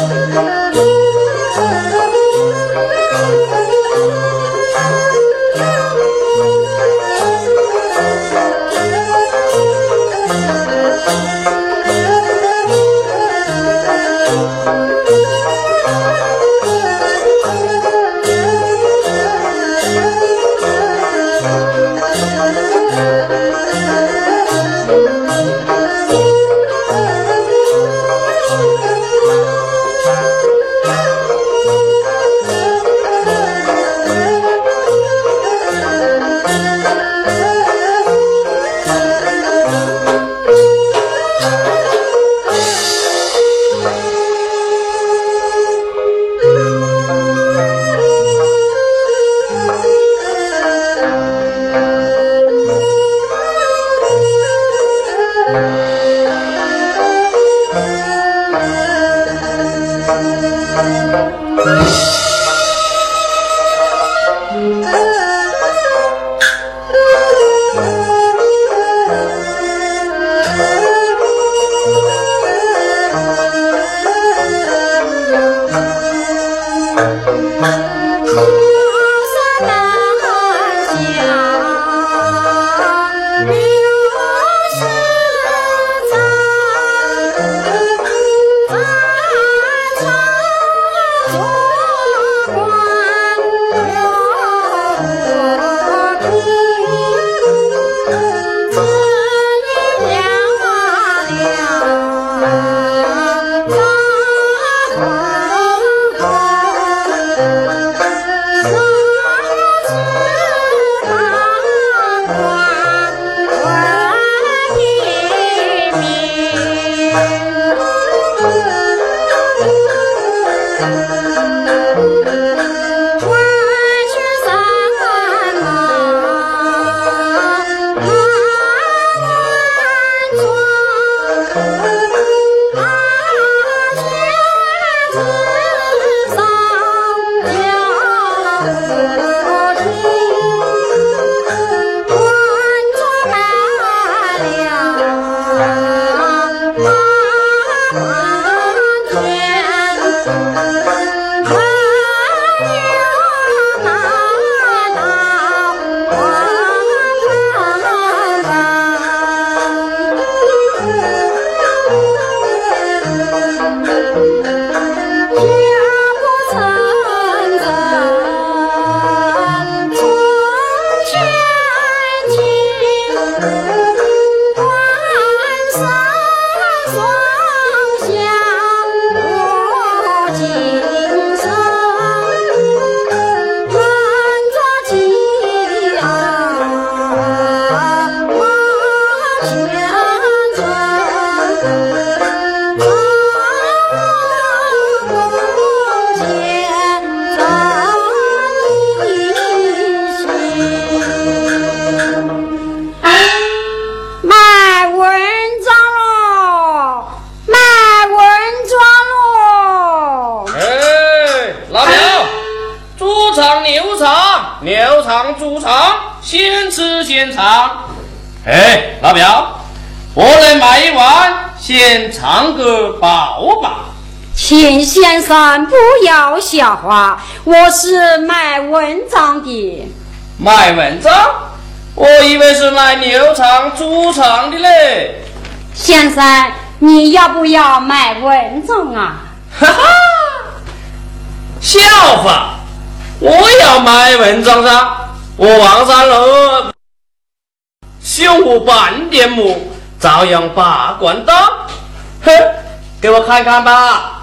牛场主场，先吃先尝。哎，老表，我来买一碗，先尝个饱吧。 请先生不要笑话，我是卖文章的。 卖文章？我以为是卖牛场主场的嘞。 先生，你要不要卖文章啊？ 哈哈，笑话！我要卖文章噻，我王三楼胸无半点木，照样把关到。哼，给我看看吧。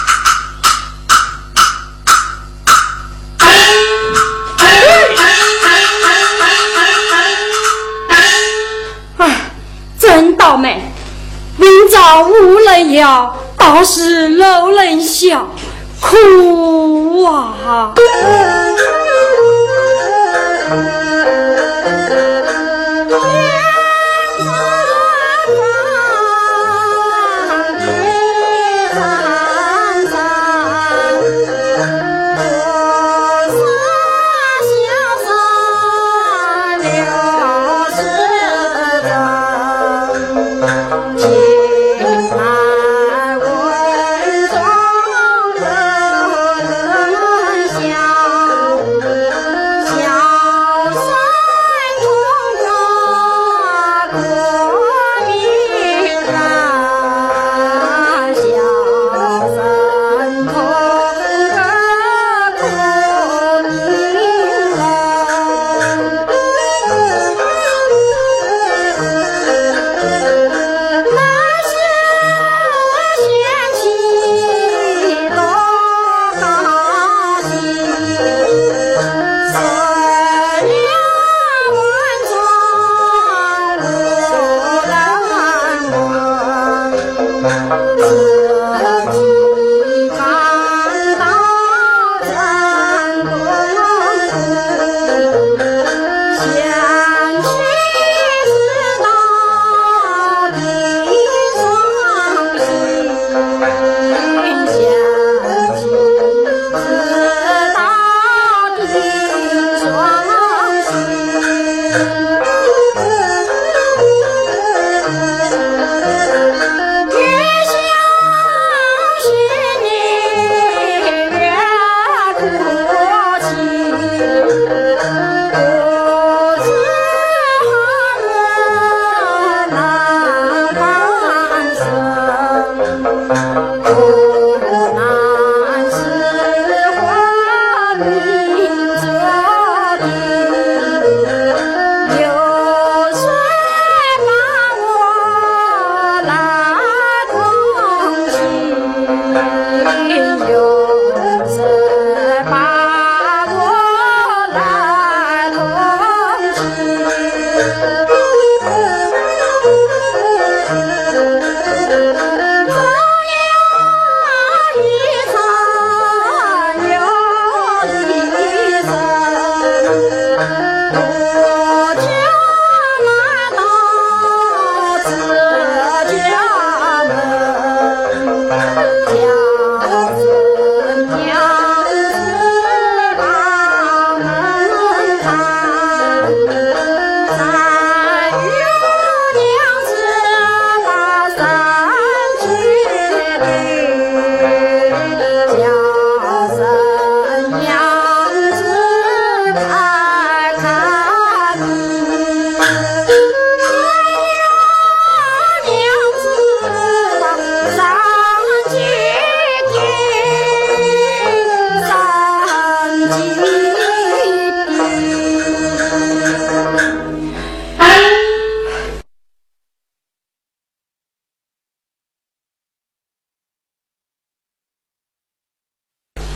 真倒霉，明朝无人要，到时楼人笑，哭啊！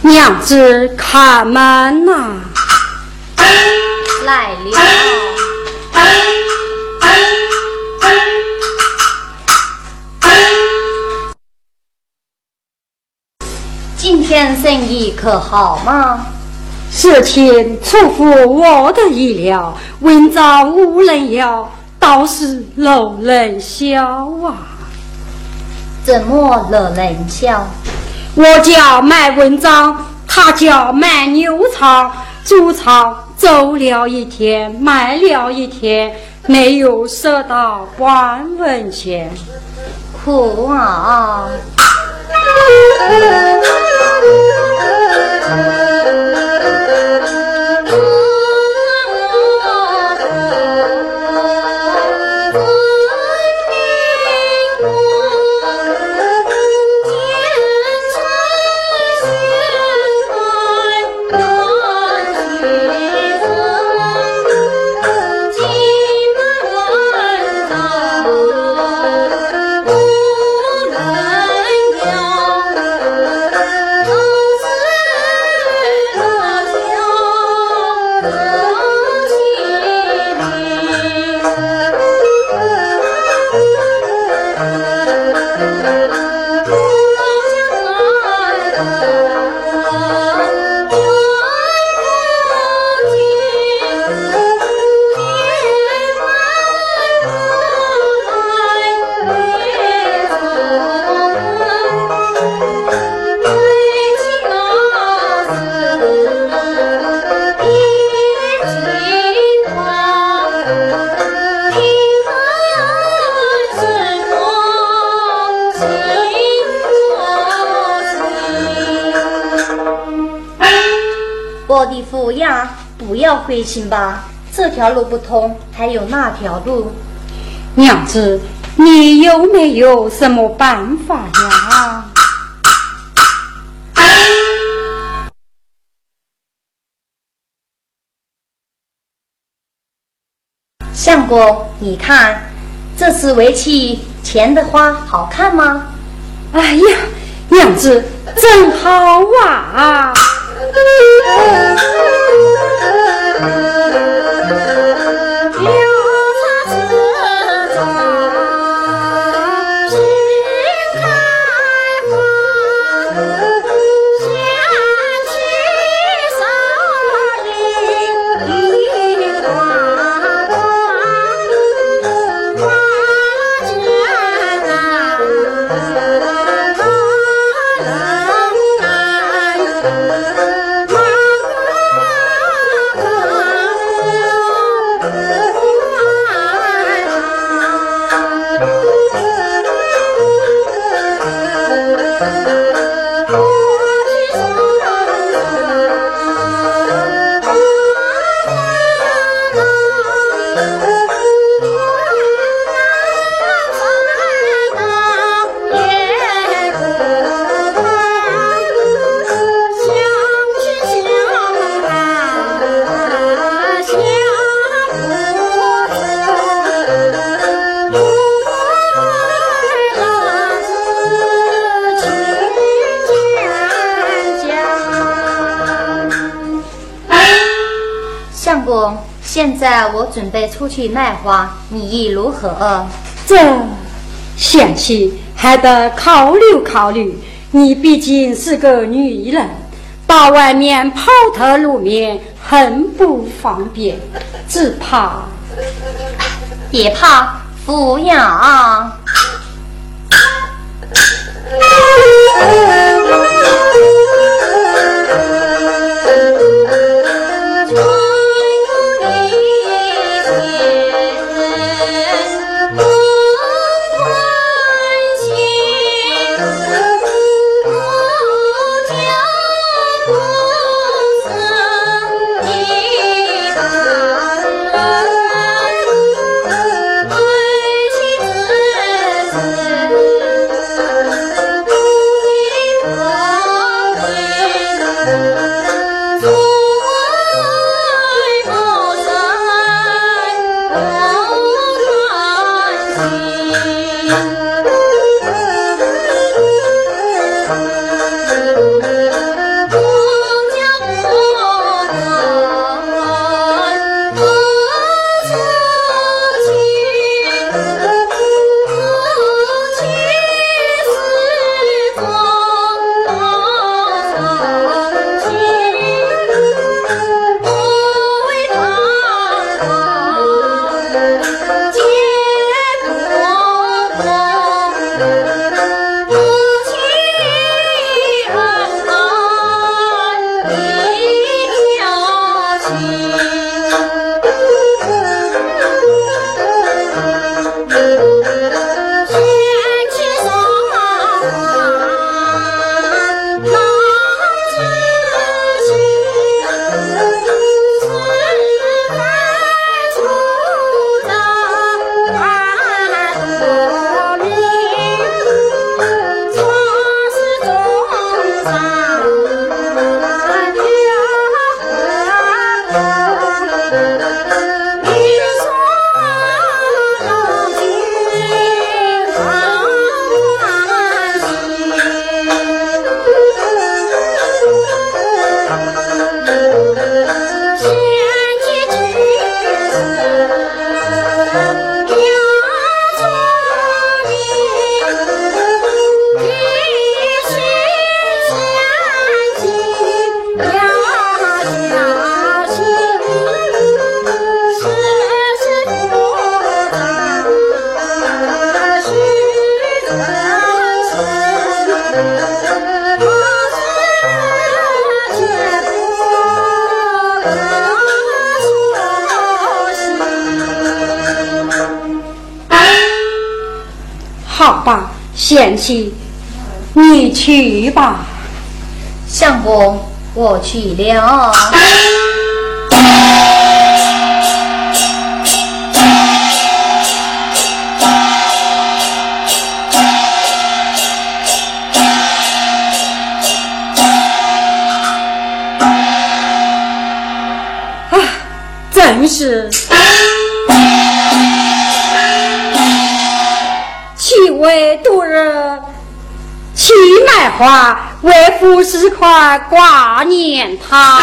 娘子开门呐！ 来了。今天生意可好吗？ 事情出乎我的意料，文章无人要，倒是漏人笑啊！ 怎么惹人笑？ 我叫卖文章，他叫卖牛肠，猪肠走了一天，卖了一天，没有收到半文钱， 苦啊！我的夫呀，不要灰心吧，这条路不通，还有那条路。 娘子，你有没有什么办法呀？ 相公，你看，这次围棋钱的花好看吗？ 哎呀，娘子真好啊！ 相公，现在我准备出去卖花，你意如何？ 这贤妻还得考虑考虑，你毕竟是个女人，到外面抛头露面很不方便，只怕…… 别怕，夫呀。 吧，贤妻，你去吧。 相公，我去了。 真是岂为度日齐买花，为夫是块挂念他。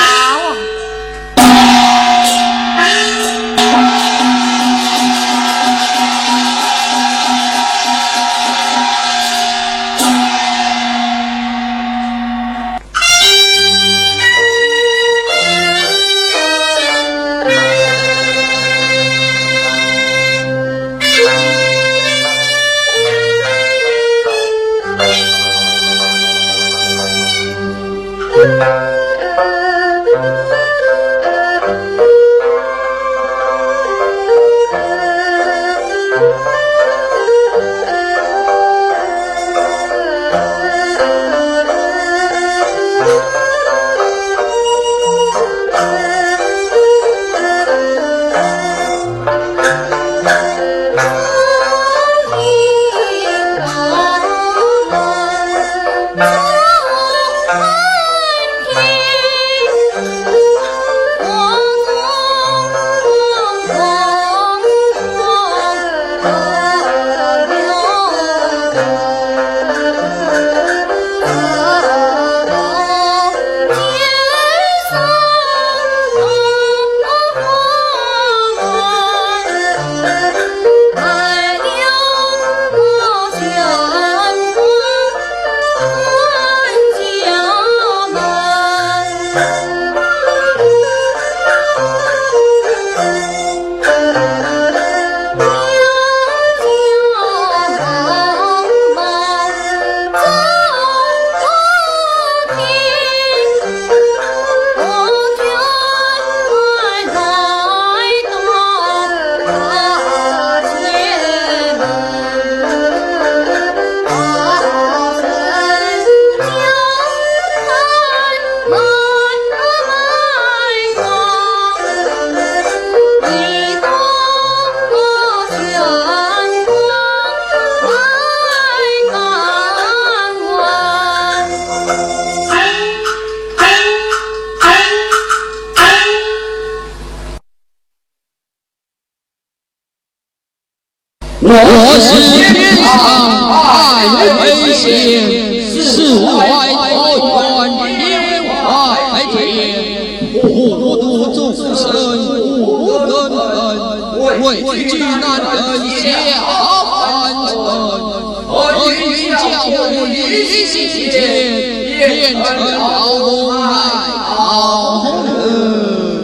我是天上爱为先，世外桃源天外天，普度众生无根本，为居难人下凡尘，愿教我一心间，变成老龙来好人。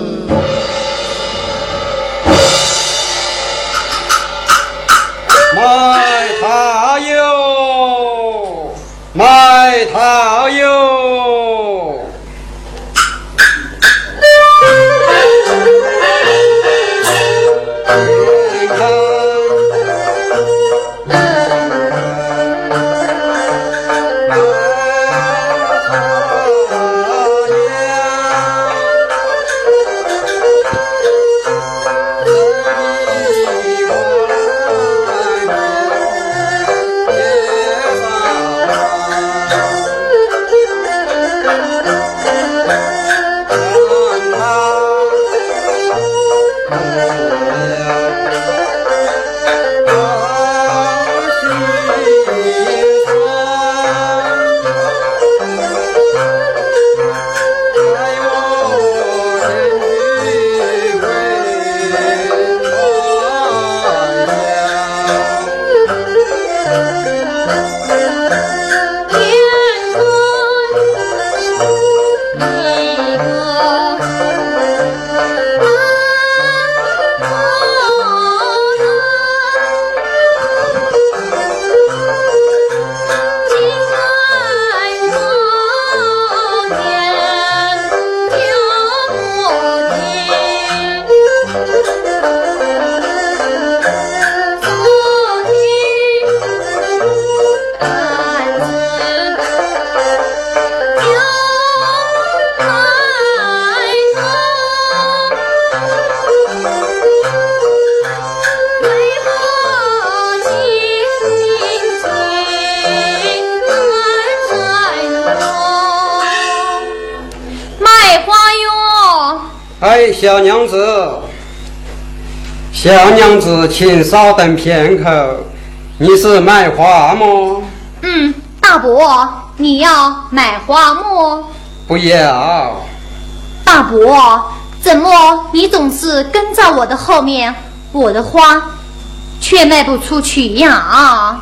卖桃哟，卖桃哟！ 卖花哟！ 哎，小娘子，小娘子，请稍等片刻。你是卖花吗？ 大伯，你要买花么？ 不要。 大伯，怎么你总是跟在我的后面，我的花却卖不出去呀？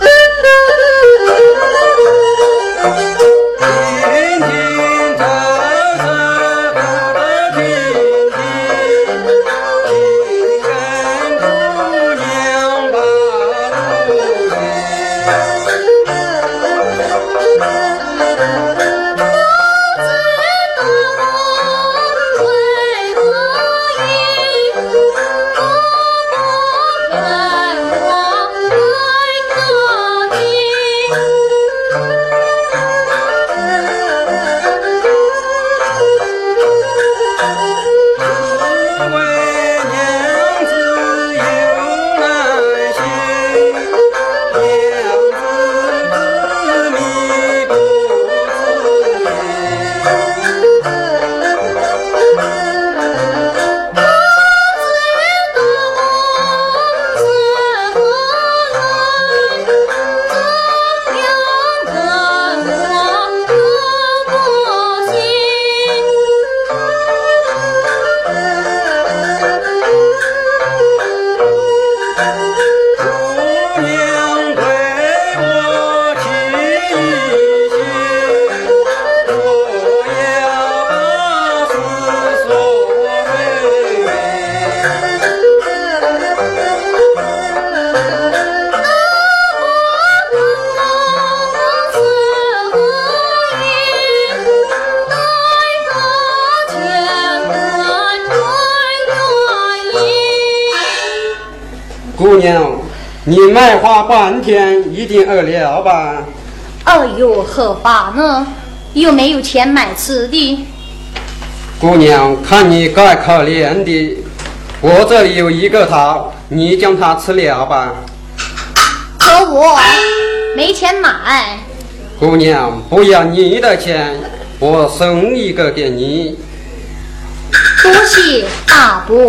姑娘，你卖花半天，一定饿了吧？ 哎呦，何法呢？又没有钱买吃的。 姑娘，看你怪可怜的，我这里有一个桃，你将它吃了吧。 可我没钱买。 姑娘，不要你的钱，我送一个给你。 多谢大伯。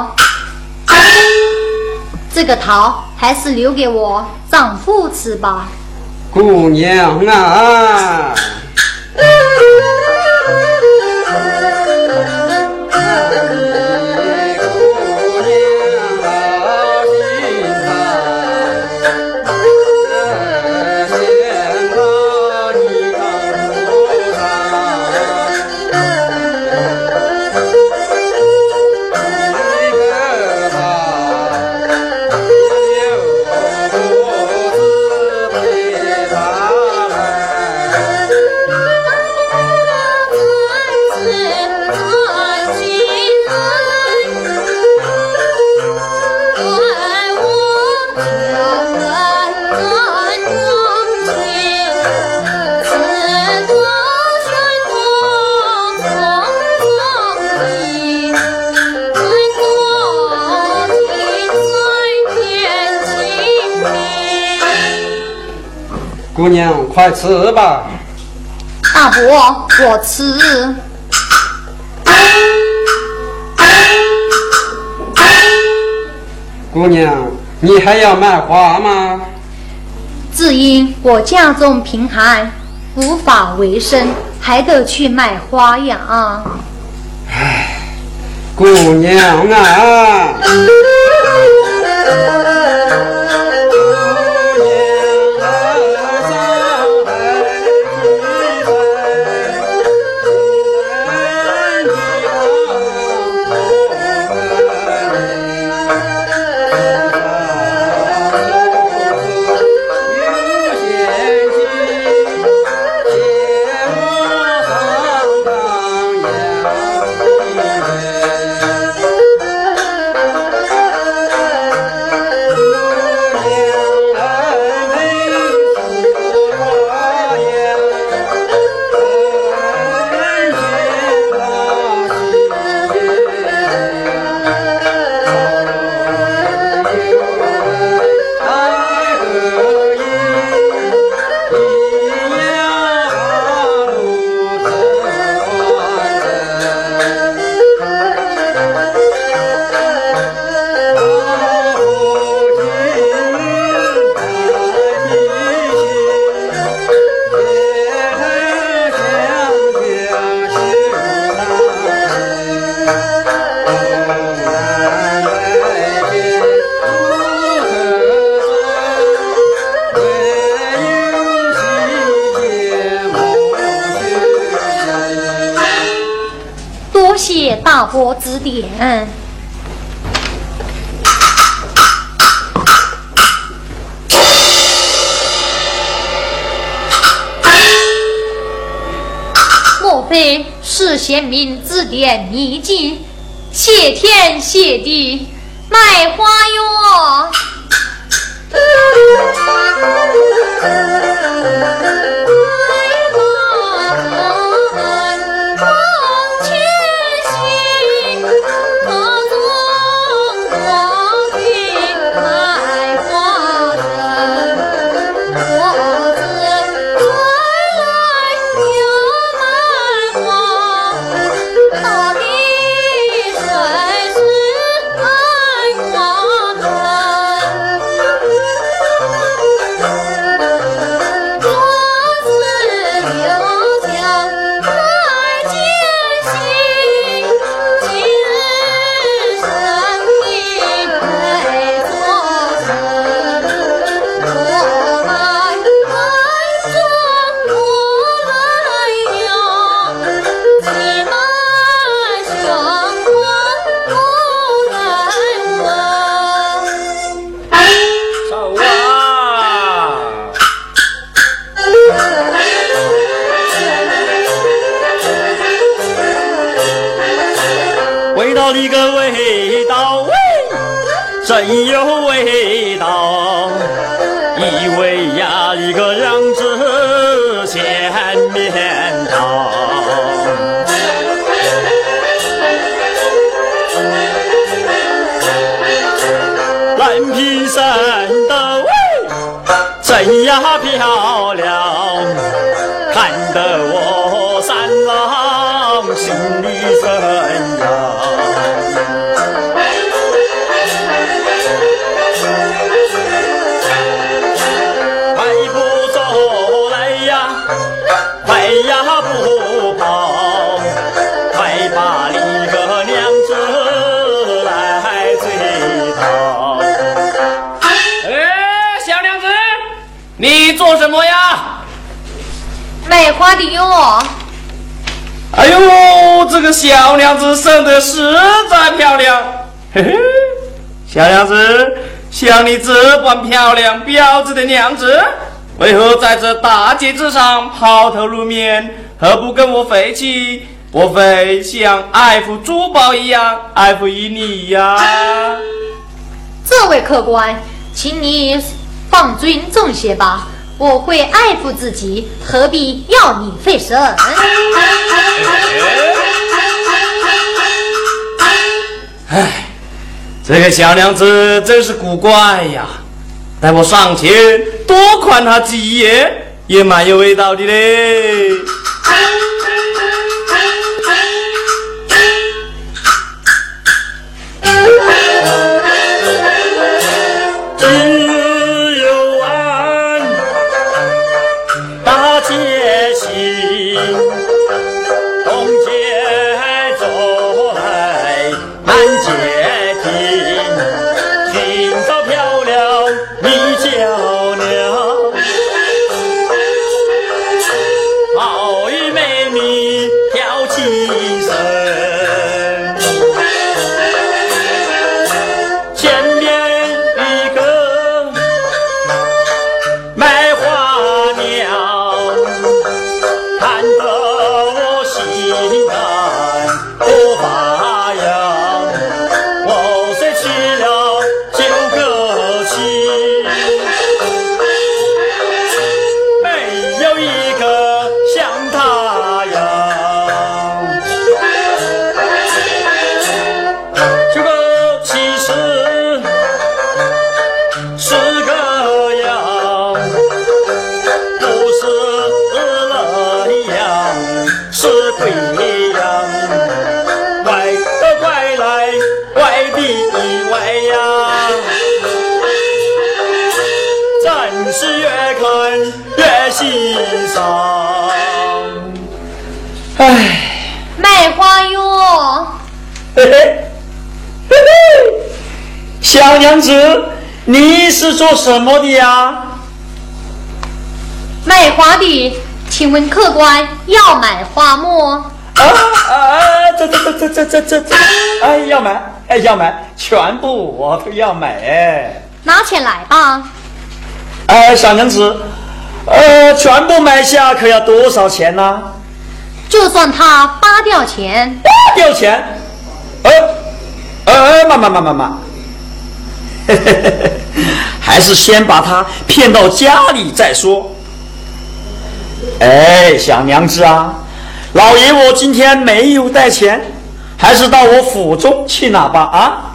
这个桃还是留给我丈夫吃吧。 姑娘啊，姑娘，快吃吧。 大伯，我吃。 姑娘，你还要卖花吗？ 只因我家中贫寒，无法为生，还得去卖花呀。 唉，姑娘啊。 大伯指点。莫非是贤明指点迷津？谢天谢地，卖花哟！ 一个味道，真有味道，以为呀一个样子见面到。蓝皮衫的味真呀漂亮，看得我三郎心里怎样。不跑，快把你个娘子来追讨！ 小娘子，你做什么呀？ 卖花的哟。 哎呦，这个小娘子生得实在漂亮。嘿嘿，小娘子，像你这般漂亮标致的娘子，为何在这大街之上抛头露面？何不跟我飞去？我非像爱抚珠宝一样爱抚于你呀！ 这位客官，请你放尊重些吧，我会爱抚自己，何必要你费神？ 唉，这个小娘子真是古怪呀！待我上前多看她几眼，也蛮有味道的嘞。 只有俺大街行，东街走来南街听，寻找漂亮你娇娘，好与美女跳起身。 唉， 卖花哟！ 嘿嘿，嘿嘿，小娘子，你是做什么的呀？ 卖花的，请问客官要买花么？ 这，哎，要买，哎，要买，全部我都要买。 拿钱来吧。 哎，小娘子，全部买下可要多少钱呢？ 就算他扒掉钱。 扒掉钱？妈，还是先把他骗到家里再说。哎，小娘子啊，老爷我今天没有带钱，还是到我府中去拿吧啊。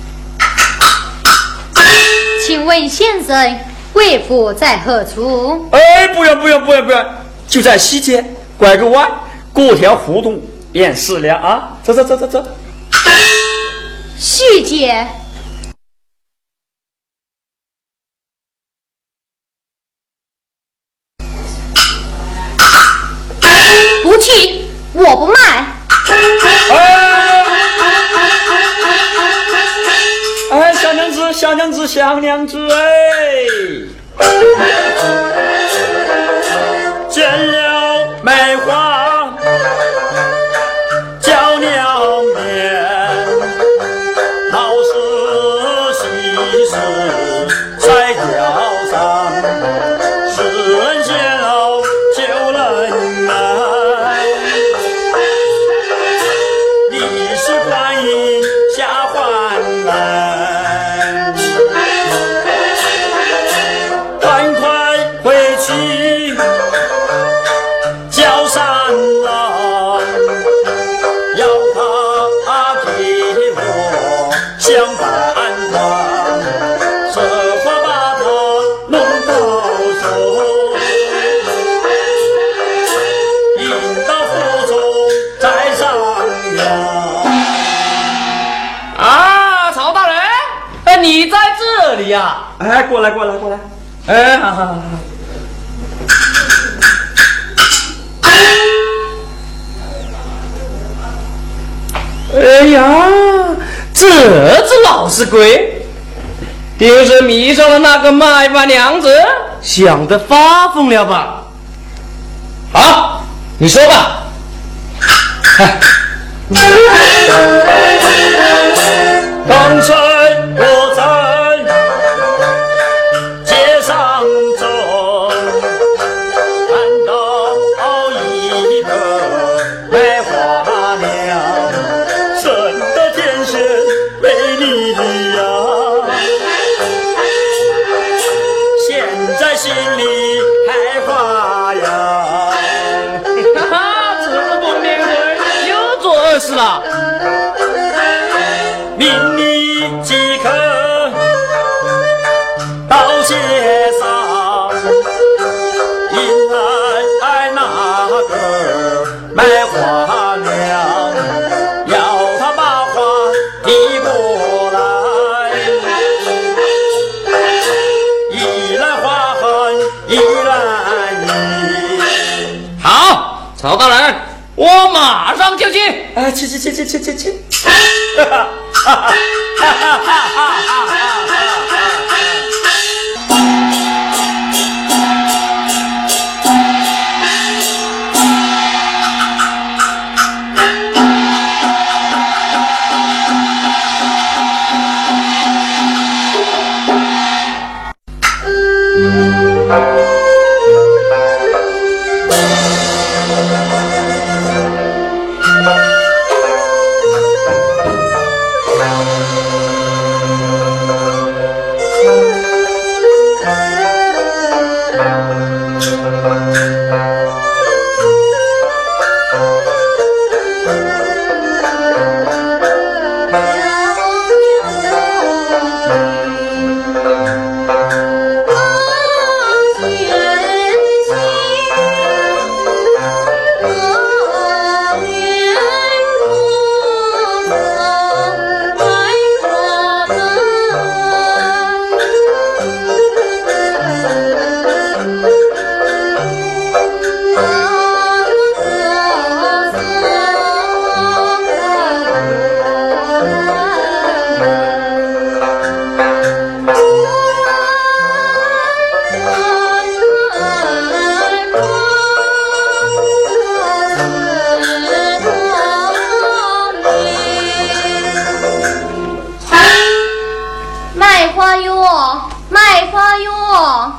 请问先生，贵府在何处？ 哎，不用，就在西街，拐个弯，过条胡同便是了啊。走。 西街。不去，我不卖。 哎，小娘子，哎，见了梅花叫娘面，老是喜事在脚上，是人见了就人难，你是观音下凡来，快回去叫上郎，要他给我相伴郎，这话把他弄到手，引到府中再商量。 啊，曹大人，你在这里呀？ 哎，过来。哎，好。 哎呀，这只老是鬼，定是迷上了那个卖饭娘子，想得发疯了吧？好，你说吧。 刚才我在街上走，看到一个卖花娘，真的天仙美丽呀，现在心里开花呀。 哈哈，这是不明人又做恶事了。 命你即刻到街上，引来那个卖花娘，要他把花递过来，一来花痕一来你。 好，曹大人，我马上就去。 哎，去！哈哈哈哈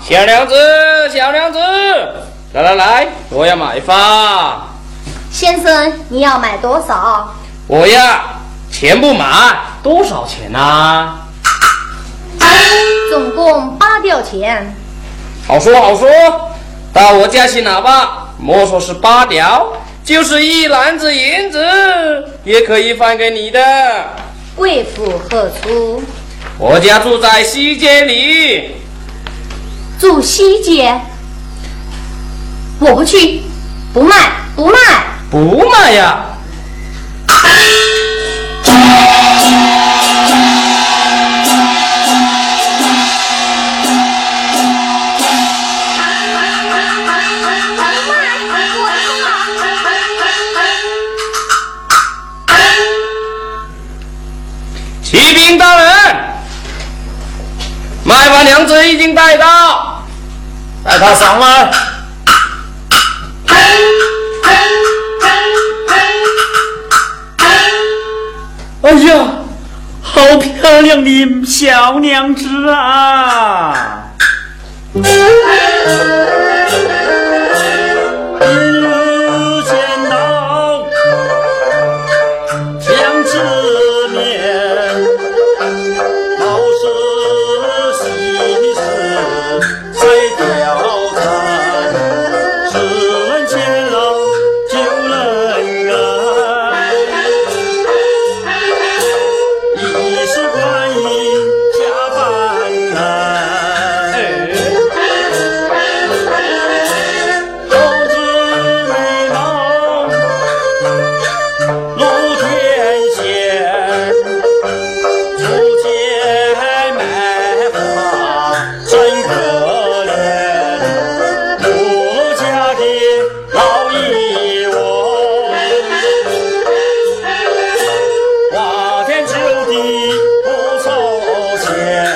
小娘子，小娘子，来来来，我要买房。 先生，你要买多少？ 我呀，钱不买，多少钱啊？ 总共8吊钱。 好说好说，到我家去拿吧。莫说是8吊，就是1篮子银子也可以放给你的。 贵府何处？ 我家住在西街里。 住西街？我不去，不卖，不卖。 不卖呀！启禀大人，卖房娘子已经带到，带他上来。 哎呀，好漂亮的小娘子啊！一日见到娘子面，好是心事在貂蝉，世人见了就人爱。一世观音下凡来，猴子眉毛如天仙，出街卖花真可怜，不如嫁给老一窝，花天酒地不愁钱。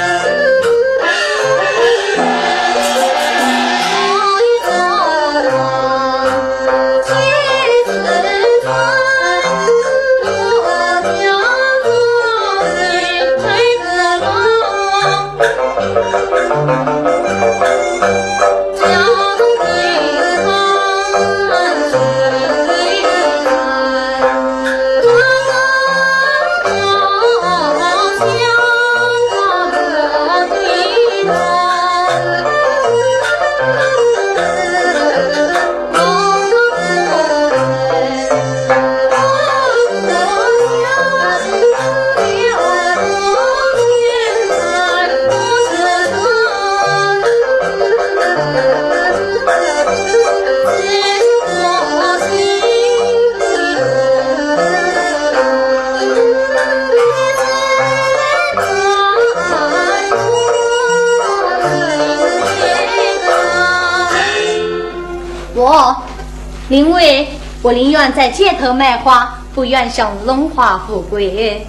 因为我宁愿在街头卖花，不愿享荣华富贵。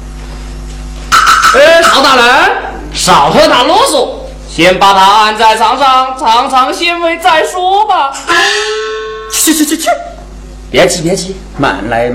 曹大人，少和他啰嗦，先把他按在床上尝尝鲜味再说吧。 去，别急，慢来。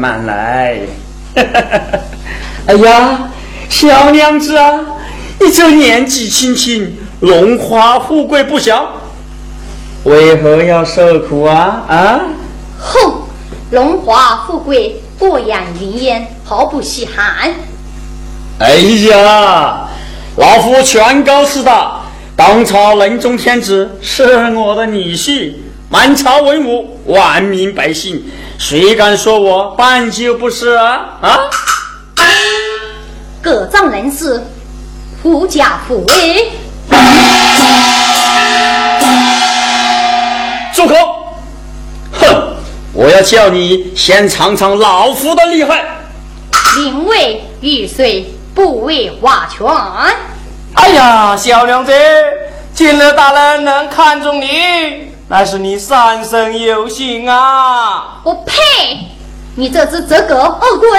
哎呀，小娘子啊，你这年纪轻轻，荣华富贵不小，为何要受苦啊？ 哼，荣华富贵过眼云烟，毫不稀罕。 哎呀，老夫劝告是的，当朝仁宗天子是我的女婿，满朝文武，万民百姓，谁敢说我半就不是啊？ 各仗人士，狐假虎威。 住口！哼，我要叫你先尝尝老夫的厉害。 宁为玉碎，不为花拳。 哎呀，小娘子，见了大人能看中你，那是你三生有幸啊！ 我呸！你这只折狗，恶棍！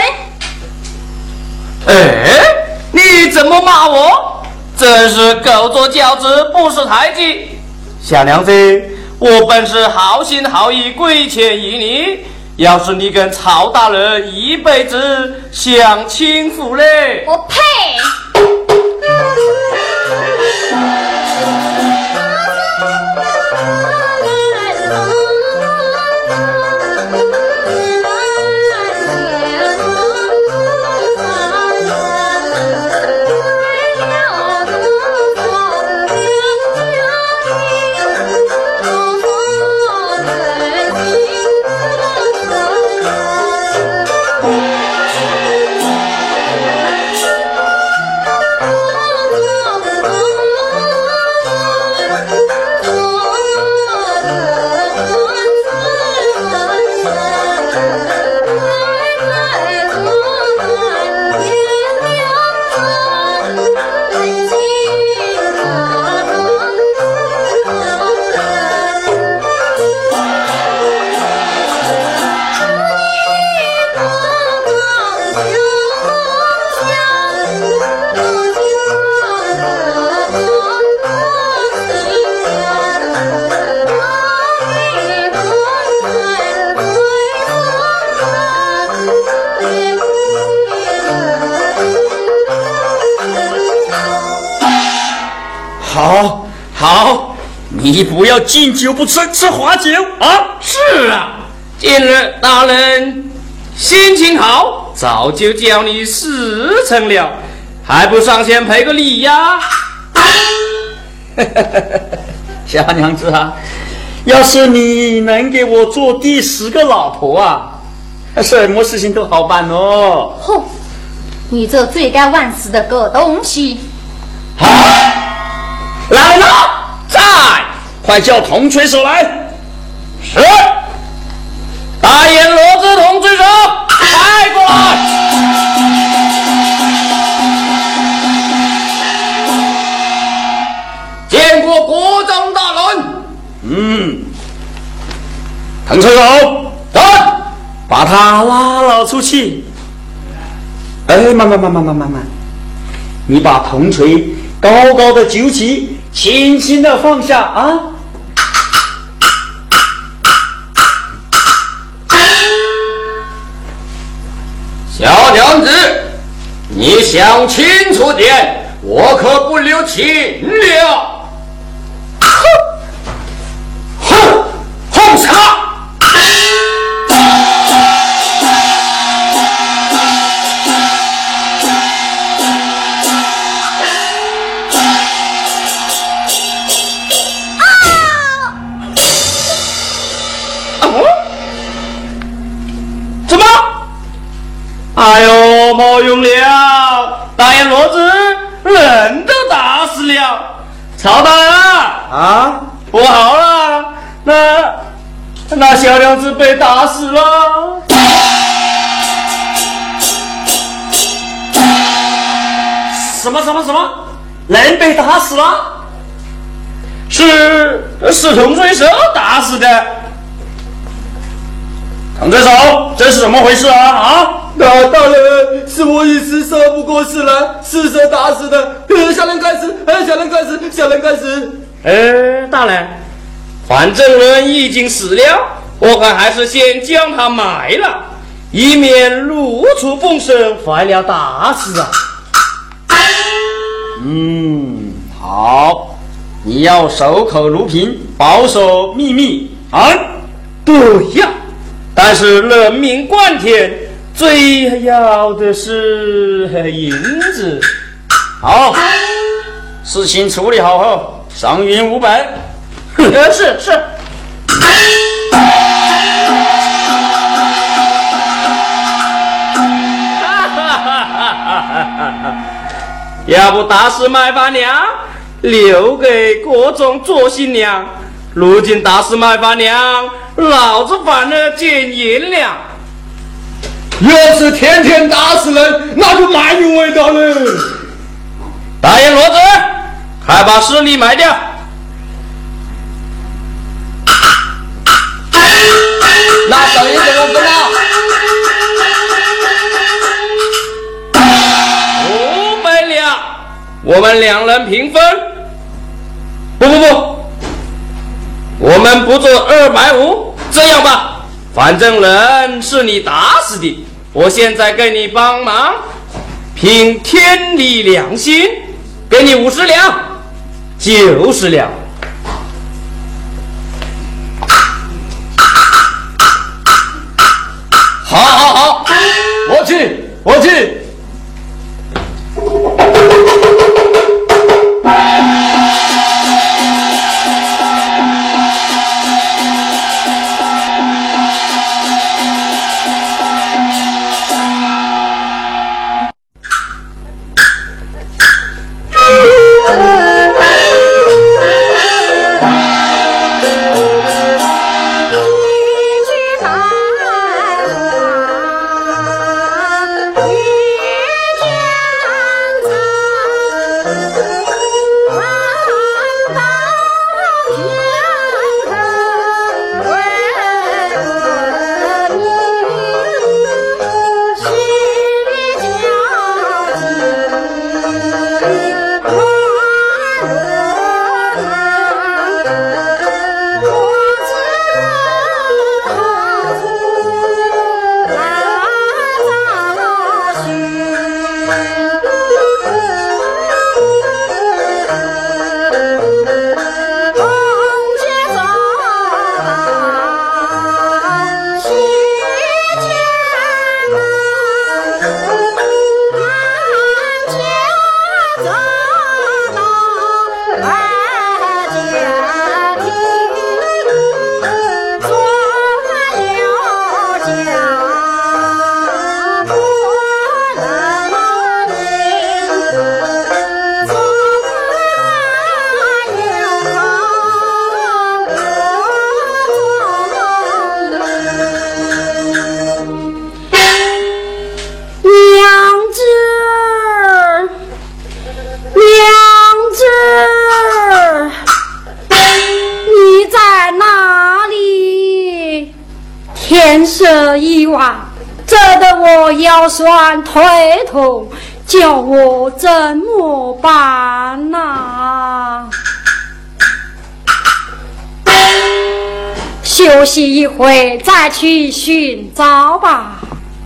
你怎么骂我？真是狗做轿子，不识抬举。小娘子，我本是好心好意归欠于你，要是你跟曹大人一辈子享清福嘞！ 我呸！ 好，好，你不要敬酒不吃吃花酒啊！ 是啊，今日大人心情好，早就叫你事成了，还不上前赔个礼呀？ 小娘子啊，要是你能给我做第10个老婆啊，什么事情都好办哦。 哼，你这罪该万死的个东西！ 好，来了，在，快叫铜锤手来。 是。大眼骡子铜锤手，带过来。见过国丈大人。 铜锤手，等，把他拉了出去。哎，慢，你把铜锤高高的举起，轻轻的放下啊！ 小娘子，你想清楚点，我可不留情了。哼，轰杀！哎呦，没用了！大眼骡子人都打死了，曹大人啊， 不好了，那小娘子被打死了。 什么？人被打死了？ 是铜锤手打死的。 铜锤手，这是怎么回事啊？ 大人，是我一时说不过事来，是谁打死的？小人该死，小人该死。 大人，反正人已经死了，我看还是先将他埋了，以免露出风声，坏了大事啊。 好，你要守口如瓶，保守秘密啊。 对呀，但是人命关天，最要的是银子。 好，事情处理好后，赏银500。 是。要不大师买饭娘留给国中做新娘，如今大师买饭娘，老子反而减银两。 要是天天打死人，那就蛮有味道了。 大眼骡子，快把尸体埋掉。 那等于怎么分啊 ？500两，我们2人平分。不，我们不做250。这样吧，反正人是你打死的，我现在给你帮忙，凭天理良心，给你50两，90两。 好，我去。 一一万，这得我腰酸腿痛，叫我怎么办呐？休息一会再去寻找吧。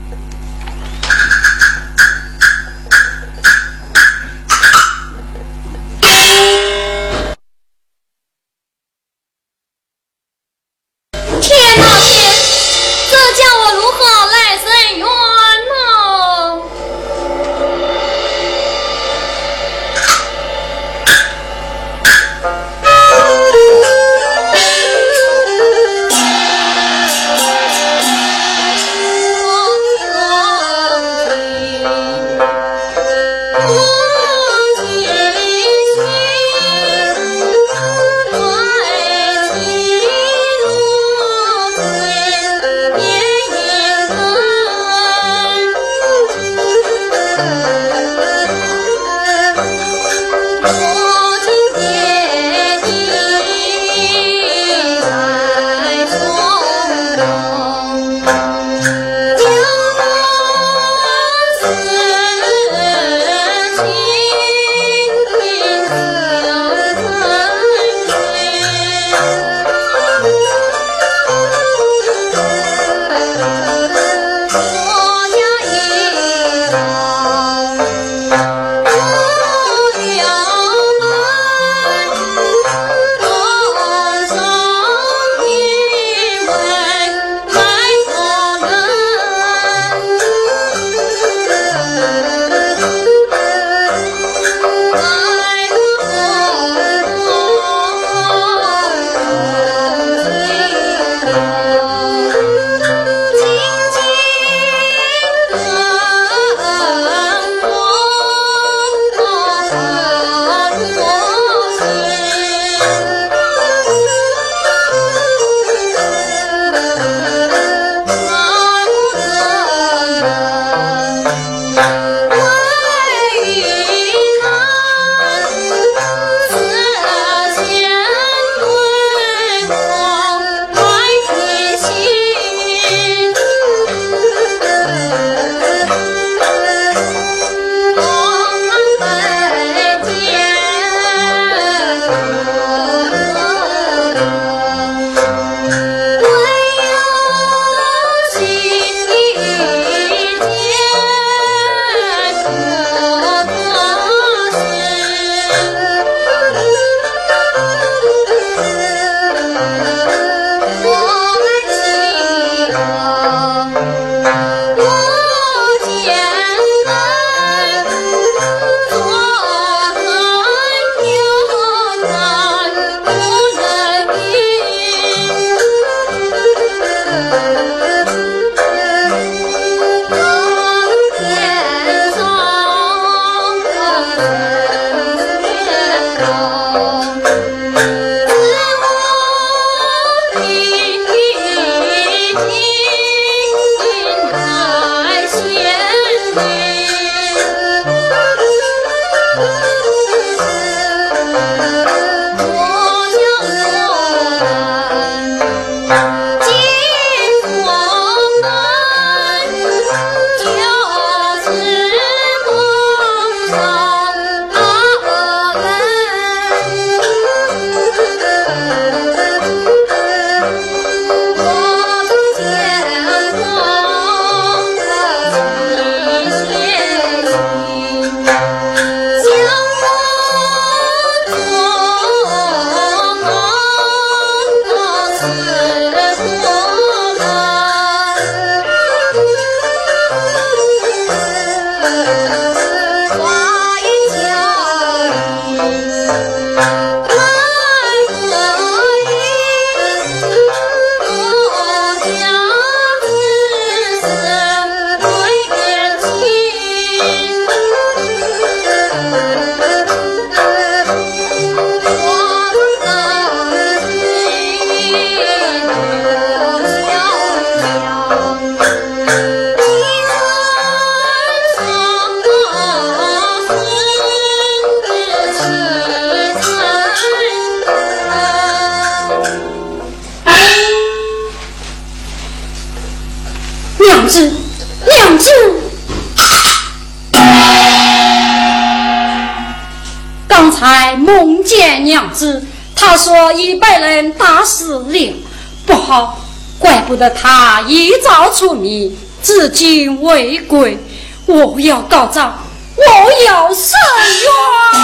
天哪天，这叫我如何来伸冤呢？ 娘子，娘子！刚才梦见娘子，她说已被人打死了，不好，怪不得她一早出名，至今未归。我要告状，我要申冤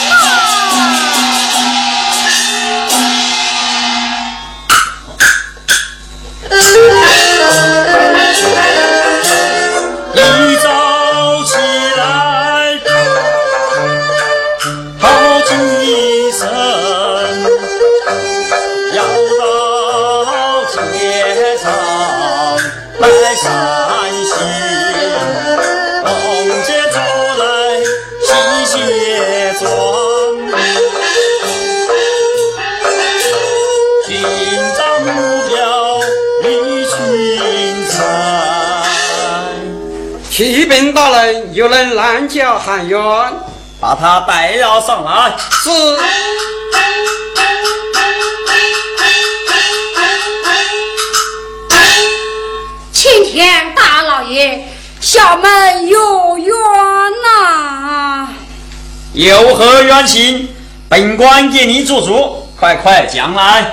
一早起来好精神，要到街上来散心，红街走来洗卸妆，寻找目标与群才。 启禀大人，有人拦轿喊冤， 把他带了上来。 是。 青天大老爷，小门有冤呐！ 有何冤情？本官给你做主，快快讲来。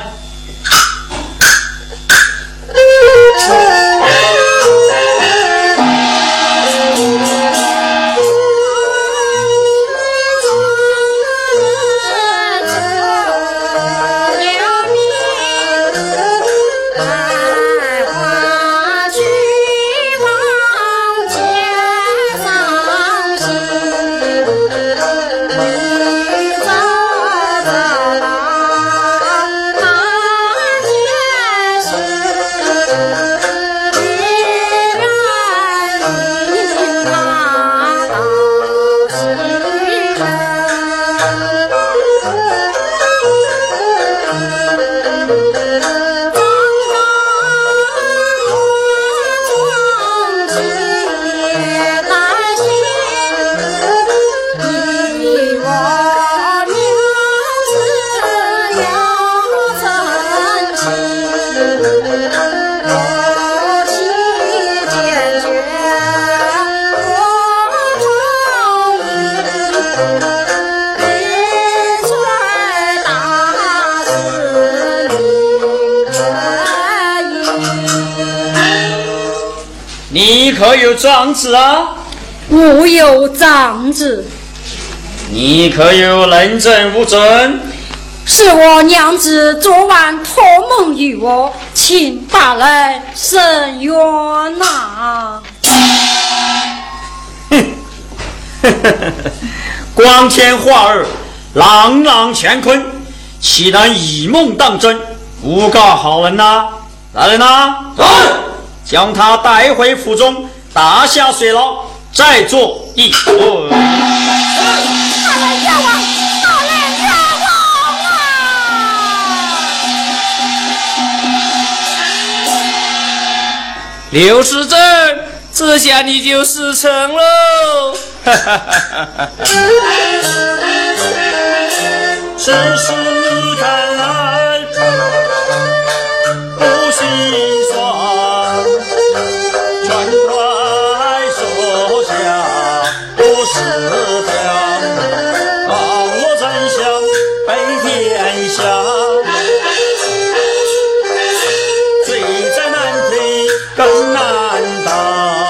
你可有状子啊？ 我有状子。 你可有人证物证？ 是我娘子昨晚托梦与我，请大人伸冤呐！ 光天化日，朗朗乾坤，岂能以梦当真？诬告好人呐！大人呐！将他带回府中，打下水牢，再做一回。 大人冤枉！大人冤枉啊！ 刘师正，这下你就事成喽！ 只是你看来不心酸，全快收下不是表，网络真相被天下，罪在难推更难当。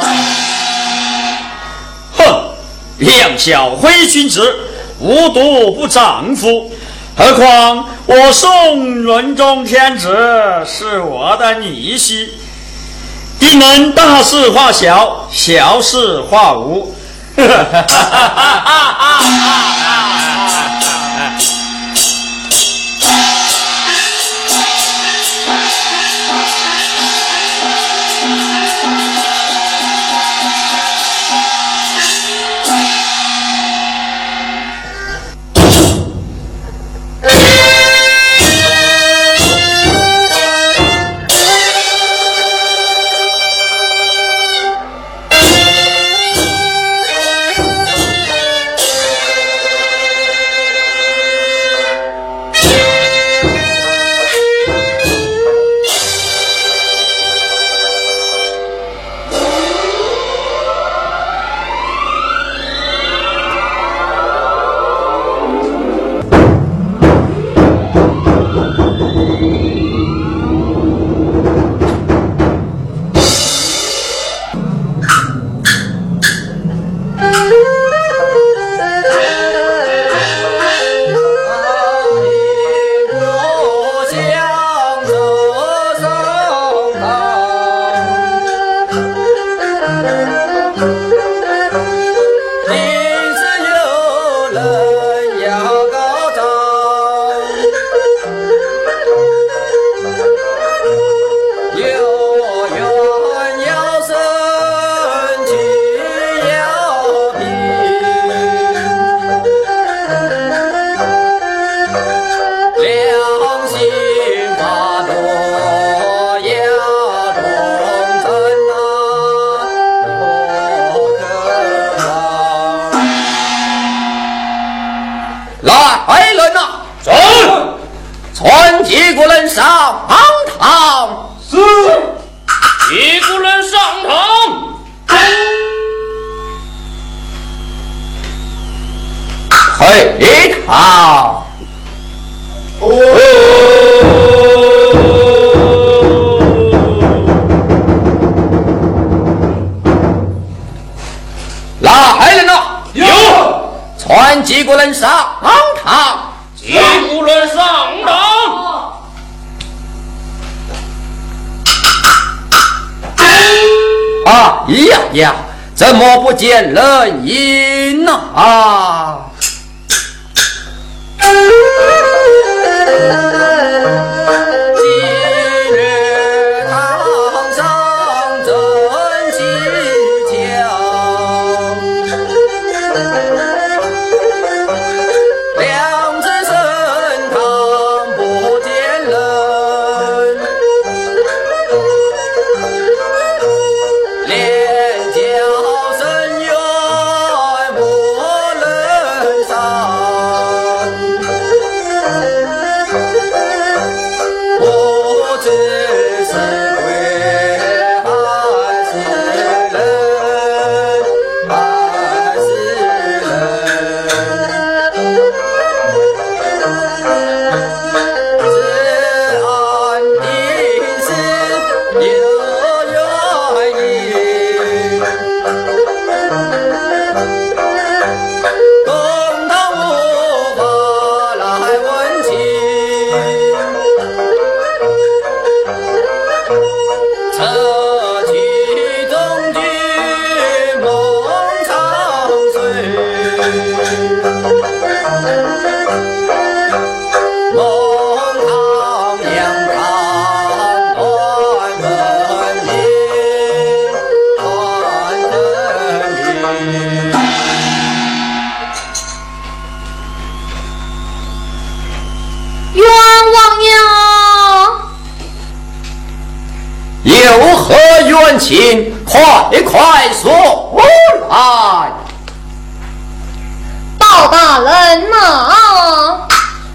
哼，两小非君子，无毒不丈夫。何况我宋伦中天子是我的女婿，定能大事化小，小事化无。 回逃。来人呐！有，传几个人上堂。 几个人上堂。 哎呀呀，怎么不见人影呢？有何冤情？快说来！ 包大人呐！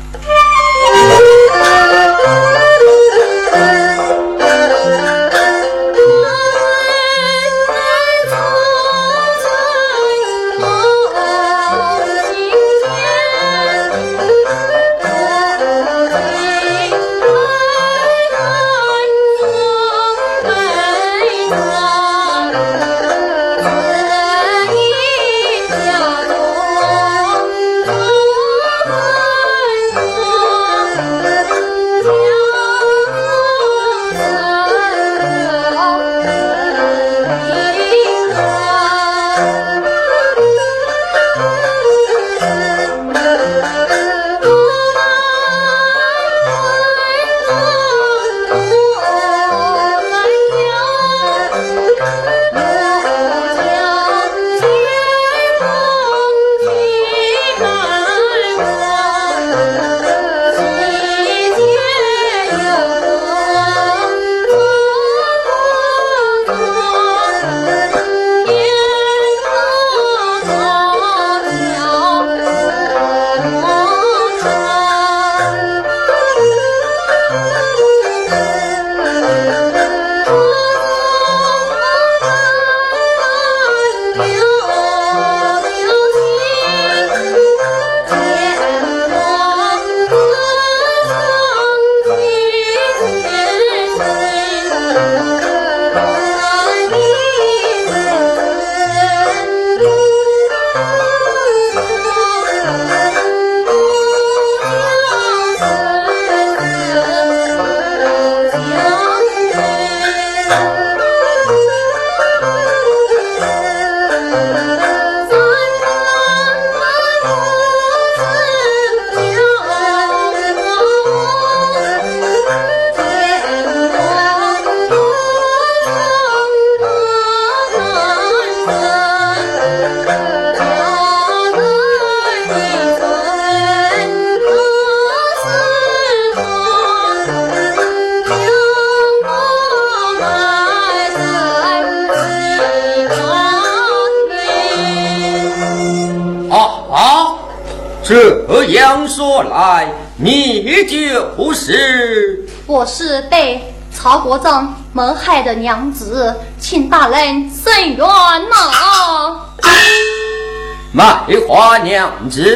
这样说来，你就是我是被曹国璋谋害的娘子，请大人伸冤呐！ 卖花娘子，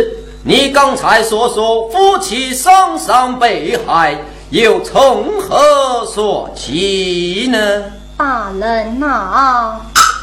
你刚才所说夫妻双双被害，又从何说起呢？ 大人啊，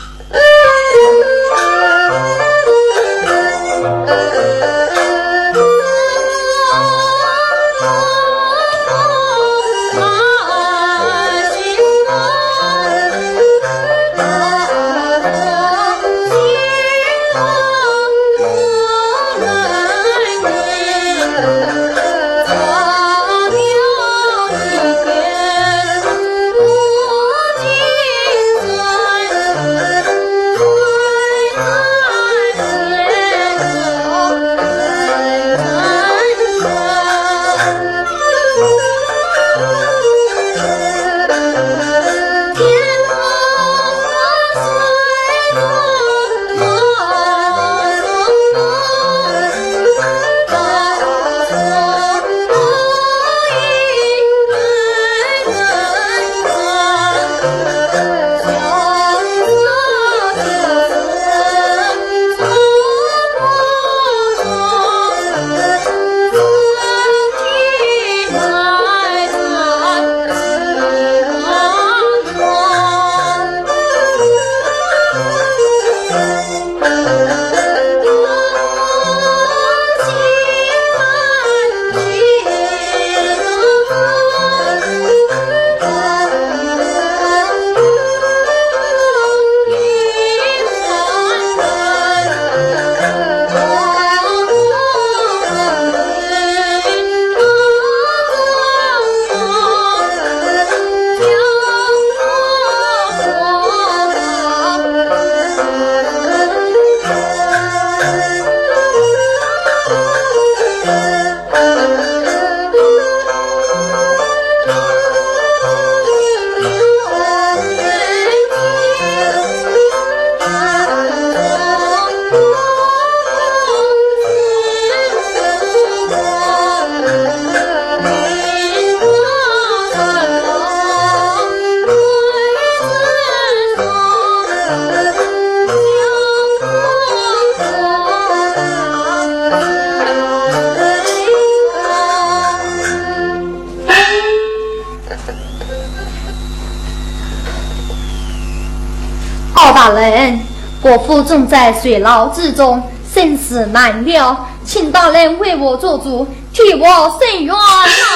大人，国父正在水牢之中，生死难料，请大人为我做主，替我伸冤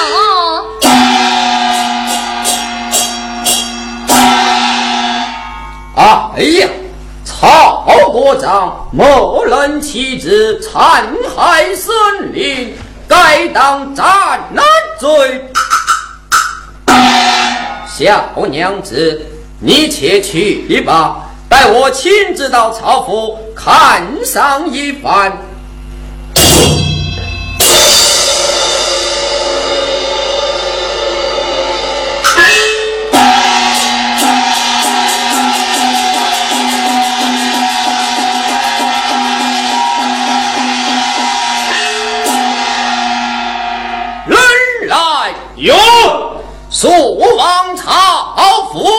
啊！哎呀，曹国长莫论其职，残害森林，该当斩难罪。小娘子，你且去吧。待我亲自到曹府看上一番。人来有，速往曹府。